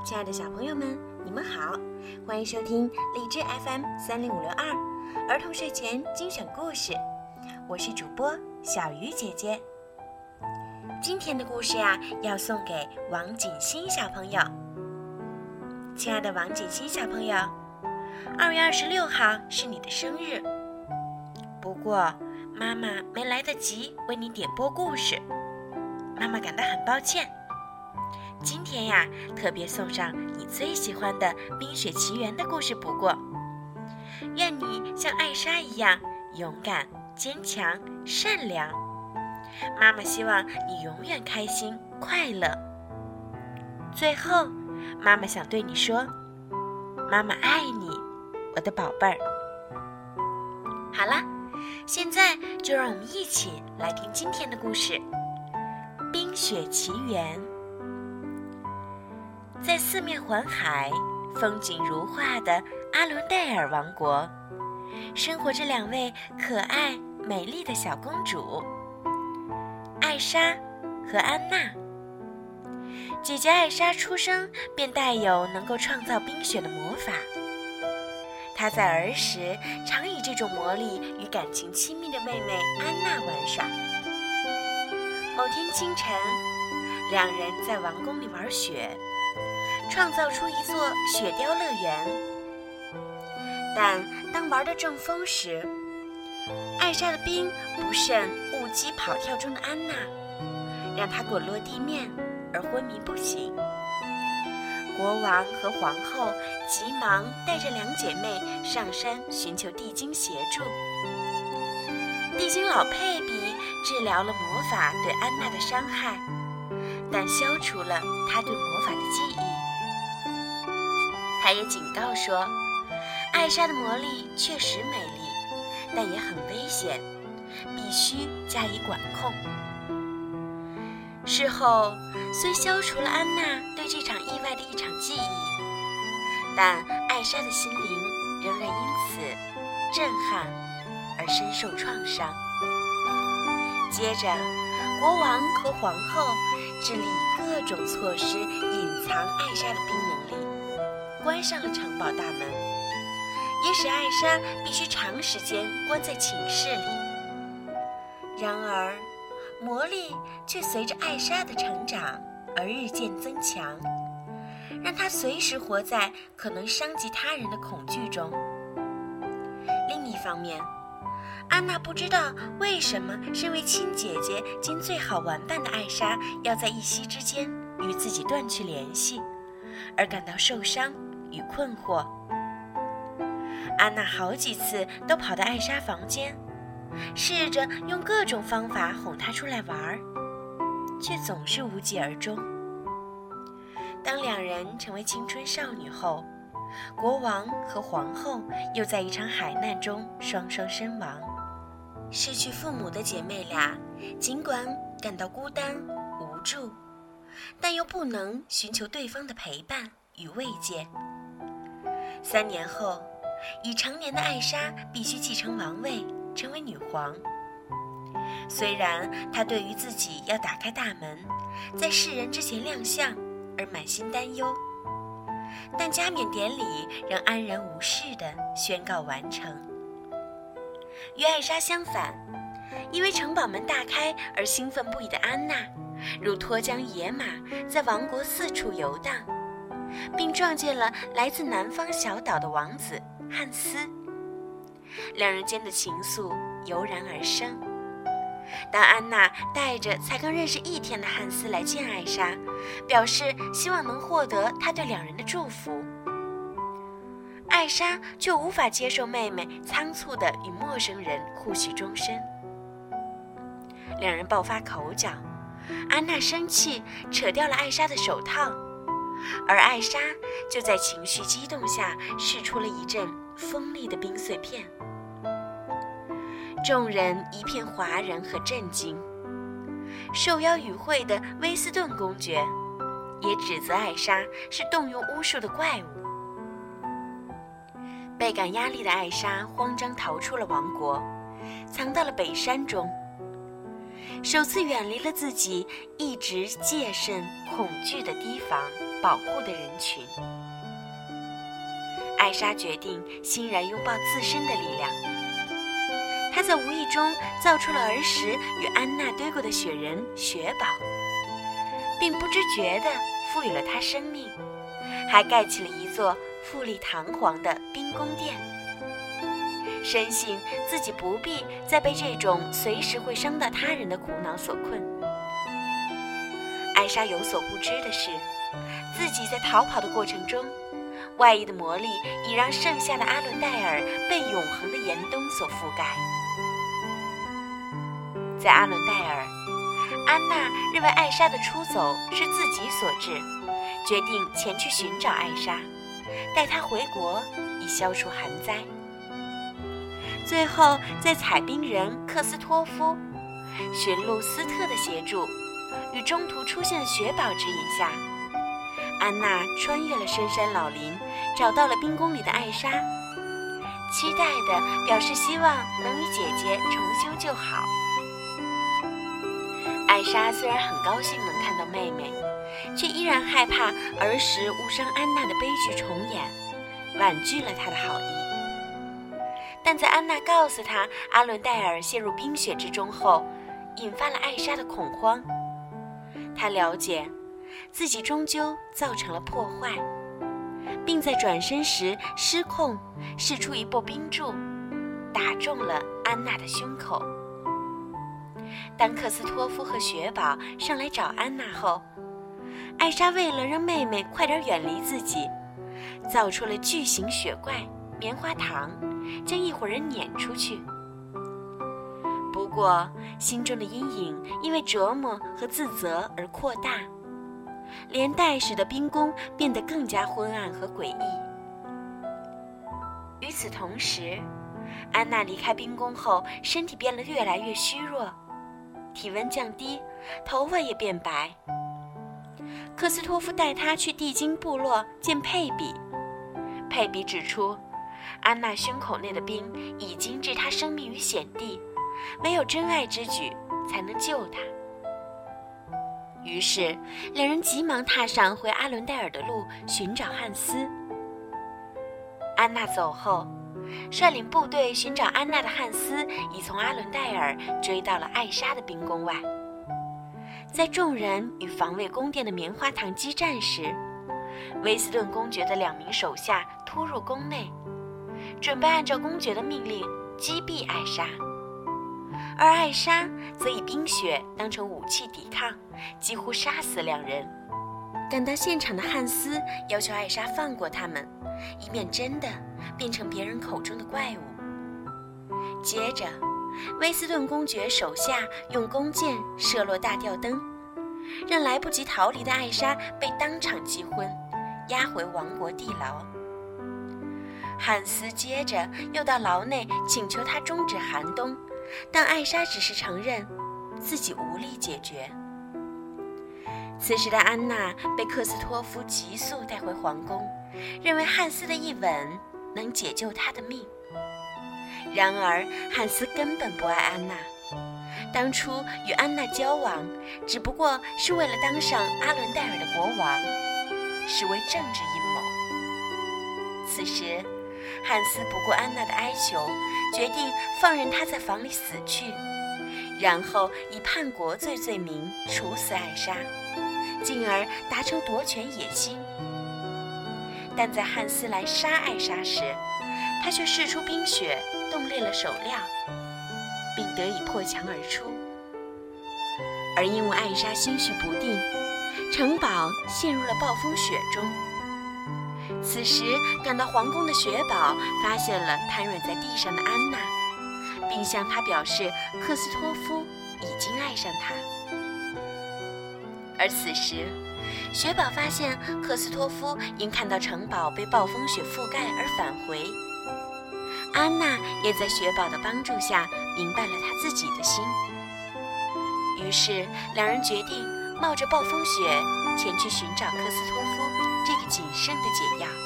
亲爱的小朋友们，你们好，欢迎收听荔枝 FM30562儿童睡前精选故事，我是主播小鱼姐姐。今天的故事呀，要送给王锦欣小朋友。亲爱的王锦欣小朋友，2月26号是你的生日，不过妈妈没来得及为你点播故事，妈妈感到很抱歉。今天呀，特别送上你最喜欢的《冰雪奇缘》的故事补过。愿你像艾莎一样勇敢、坚强、善良。妈妈希望你永远开心、快乐。最后，妈妈想对你说，妈妈爱你，我的宝贝儿。好啦，现在就让我们一起来听今天的故事《冰雪奇缘》。在四面环海、风景如画的阿伦戴尔王国，生活着2位可爱美丽的小公主，艾莎和安娜。姐姐艾莎出生便带有能够创造冰雪的魔法，她在儿时常以这种魔力与感情亲密的妹妹安娜玩耍。某天清晨，2人在王宫里玩雪，创造出一座雪雕乐园。但当玩得正疯时，艾莎的冰不慎误击跑跳中的安娜，让她滚落地面而昏迷不醒。国王和皇后急忙带着2姐妹上山寻求地精协助。地精老佩比治疗了魔法对安娜的伤害，但消除了她对魔法的记忆。他也警告说，艾莎的魔力确实美丽，但也很危险，必须加以管控。事后虽消除了安娜对这场意外的一场记忆，但艾莎的心灵仍然因此震撼而深受创伤。接着，国王和皇后致力以各种措施隐藏艾莎的冰能力，关上了城堡大门，也使艾莎必须长时间关在寝室里。然而，魔力却随着艾莎的成长而日渐增强，让她随时活在可能伤及他人的恐惧中。另一方面，安娜不知道为什么身为亲姐姐兼最好玩伴的艾莎要在一夕之间与自己断去联系，而感到受伤与困惑。安娜好几次都跑到艾莎房间，试着用各种方法哄她出来玩，却总是无疾而终。当2人成为青春少女后，国王和皇后又在一场海难中双双身亡。失去父母的姐妹俩，尽管感到孤单无助，但又不能寻求对方的陪伴与慰藉。3年后，已成年的艾莎必须继承王位，成为女皇。虽然她对于自己要打开大门，在世人之前亮相而满心担忧，但加冕典礼仍安然无事地宣告完成。与艾莎相反，因为城堡门大开而兴奋不已的安娜，如脱缰野马在王国四处游荡，并撞见了来自南方小岛的王子汉斯。2人间的情愫油然而生。当安娜带着才刚认识1天的汉斯来见艾莎，表示希望能获得他对2人的祝福，艾莎却无法接受妹妹仓促地与陌生人互许终身。2人爆发口角，安娜生气扯掉了艾莎的手套，而艾莎就在情绪激动下释出了一阵锋利的冰碎片。众人一片哗然和震惊。受邀与会的威斯顿公爵也指责艾莎是动用巫术的怪物。倍感压力的艾莎慌张逃出了王国，藏到了北山中。首次远离了自己一直戒慎恐惧的堤防。 保护的人群。艾莎决定欣然拥抱自身的力量。她在无意中造出了儿时与安娜堆过的雪人雪宝，并不知觉地赋予了它生命，还盖起了一座富丽堂皇的冰宫殿，深信自己不必再被这种随时会伤到他人的苦恼所困。艾莎有所不知的是，自己在逃跑的过程中，外衣的魔力已让剩下的阿伦戴尔被永恒的严冬所覆盖。在阿伦戴尔，安娜认为艾莎的出走是自己所致，决定前去寻找艾莎，带她回国以消除寒灾。最后在采冰人克斯托夫、驯鹿斯特的协助与中途出现的雪宝指引下，安娜穿越了深山老林，找到了冰宫里的艾莎，期待地表示希望能与姐姐重修旧好。艾莎虽然很高兴能看到妹妹，却依然害怕儿时误伤安娜的悲剧重演，婉拒了她的好意。但在安娜告诉她阿伦戴尔陷入冰雪之中后，引发了艾莎的恐慌。她了解自己终究造成了破坏，并在转身时失控，使出一波冰柱，打中了安娜的胸口。当克斯托夫和雪宝上来找安娜后，艾莎为了让妹妹快点远离自己，造出了巨型雪怪棉花糖，将一伙人撵出去。不过心中的阴影因为折磨和自责而扩大，连带使得冰宫变得更加昏暗和诡异。与此同时，安娜离开冰宫后，身体变得越来越虚弱，体温降低，头发也变白。克斯托夫带她去地精部落见佩比，佩比指出，安娜胸口内的冰已经置她生命于险地，唯有真爱之举才能救她。于是两人急忙踏上回阿伦戴尔的路，寻找汉斯。安娜走后，率领部队寻找安娜的汉斯已从阿伦戴尔追到了艾莎的冰宫外。在众人与防卫宫殿的棉花糖激战时，威斯顿公爵的2名手下突入宫内，准备按照公爵的命令击毙艾莎，而艾莎则以冰雪当成武器抵抗，几乎杀死2人。赶到现场的汉斯要求艾莎放过他们，以免真的变成别人口中的怪物。接着威斯顿公爵手下用弓箭射落大吊灯，让来不及逃离的艾莎被当场击昏，押回王国地牢。汉斯接着又到牢内请求他终止寒冬，但艾莎只是承认自己无力解决。此时的安娜被克斯托夫急速带回皇宫，认为汉斯的一吻能解救她的命。然而汉斯根本不爱安娜，当初与安娜交往只不过是为了当上阿伦戴尔的国王，实为政治阴谋。此时汉斯不顾安娜的哀求，决定放任她在房里死去，然后以叛国罪罪名处死艾莎，进而达成夺权野心。但在汉斯来杀艾莎时，他却释出冰雪冻裂了手镣，并得以破墙而出。而因为艾莎心绪不定，城堡陷入了暴风雪中。此时赶到皇宫的雪宝发现了瘫软在地上的安娜，并向她表示克斯托夫已经爱上她。而此时雪宝发现克斯托夫因看到城堡被暴风雪覆盖而返回，安娜也在雪宝的帮助下明白了她自己的心。于是两人决定冒着暴风雪前去寻找克斯托夫这个仅剩的解药。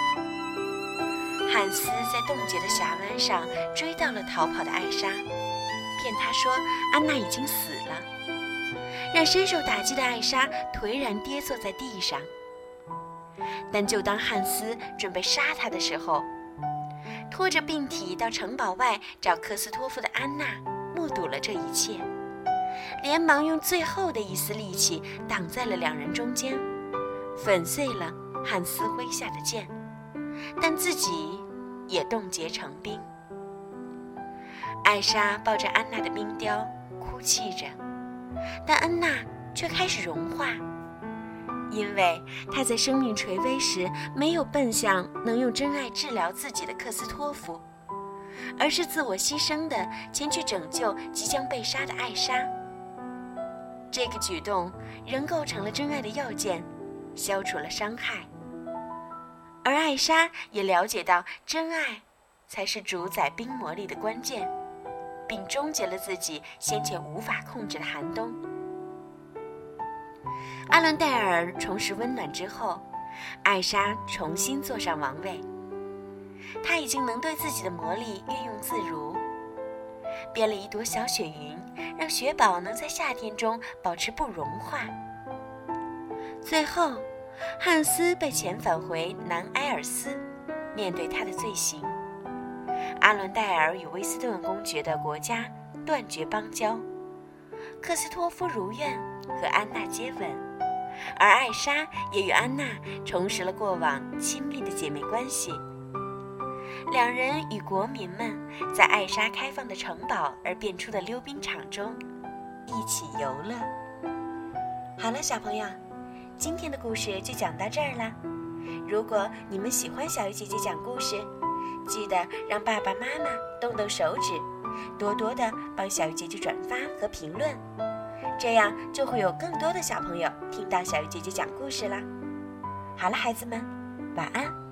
汉斯在冻结的峡湾上追到了逃跑的艾莎，骗她说安娜已经死了，让深受打击的艾莎颓然跌坐在地上。 但就当汉斯准备杀他的时候，拖着病体到城堡外找科斯托夫的安娜目睹了这一切，连忙用最后的一丝力气挡在了两人中间，粉碎了汉斯麾下的剑，但自己也冻结成冰。艾莎抱着安娜的冰雕哭泣着，但安娜却开始融化，因为她在生命垂危时没有奔向能用真爱治疗自己的克斯托夫，而是自我牺牲地前去拯救即将被杀的艾莎。这个举动仍构成了真爱的要件，消除了伤害。而艾莎也了解到真爱才是主宰冰魔力的关键，并终结了自己先前无法控制的寒冬。阿伦戴尔重拾温暖之后，艾莎重新坐上王位。她已经能对自己的魔力运用自如，编了一朵小雪云，让雪宝能在夏天中保持不融化。最后，汉斯被遣返回南埃尔斯，面对他的罪行。阿伦戴尔与威斯顿公爵的国家断绝邦交，克斯托夫如愿和安娜接吻，而艾莎也与安娜重拾了过往亲密的姐妹关系。两人与国民们在艾莎开放的城堡而变出的溜冰场中一起游乐。好了，小朋友，今天的故事就讲到这儿啦。如果你们喜欢小鱼姐姐讲故事，记得让爸爸妈妈动动手指，多多的帮小鱼姐姐转发和评论，这样就会有更多的小朋友听到小鱼姐姐讲故事啦。好了，孩子们，晚安。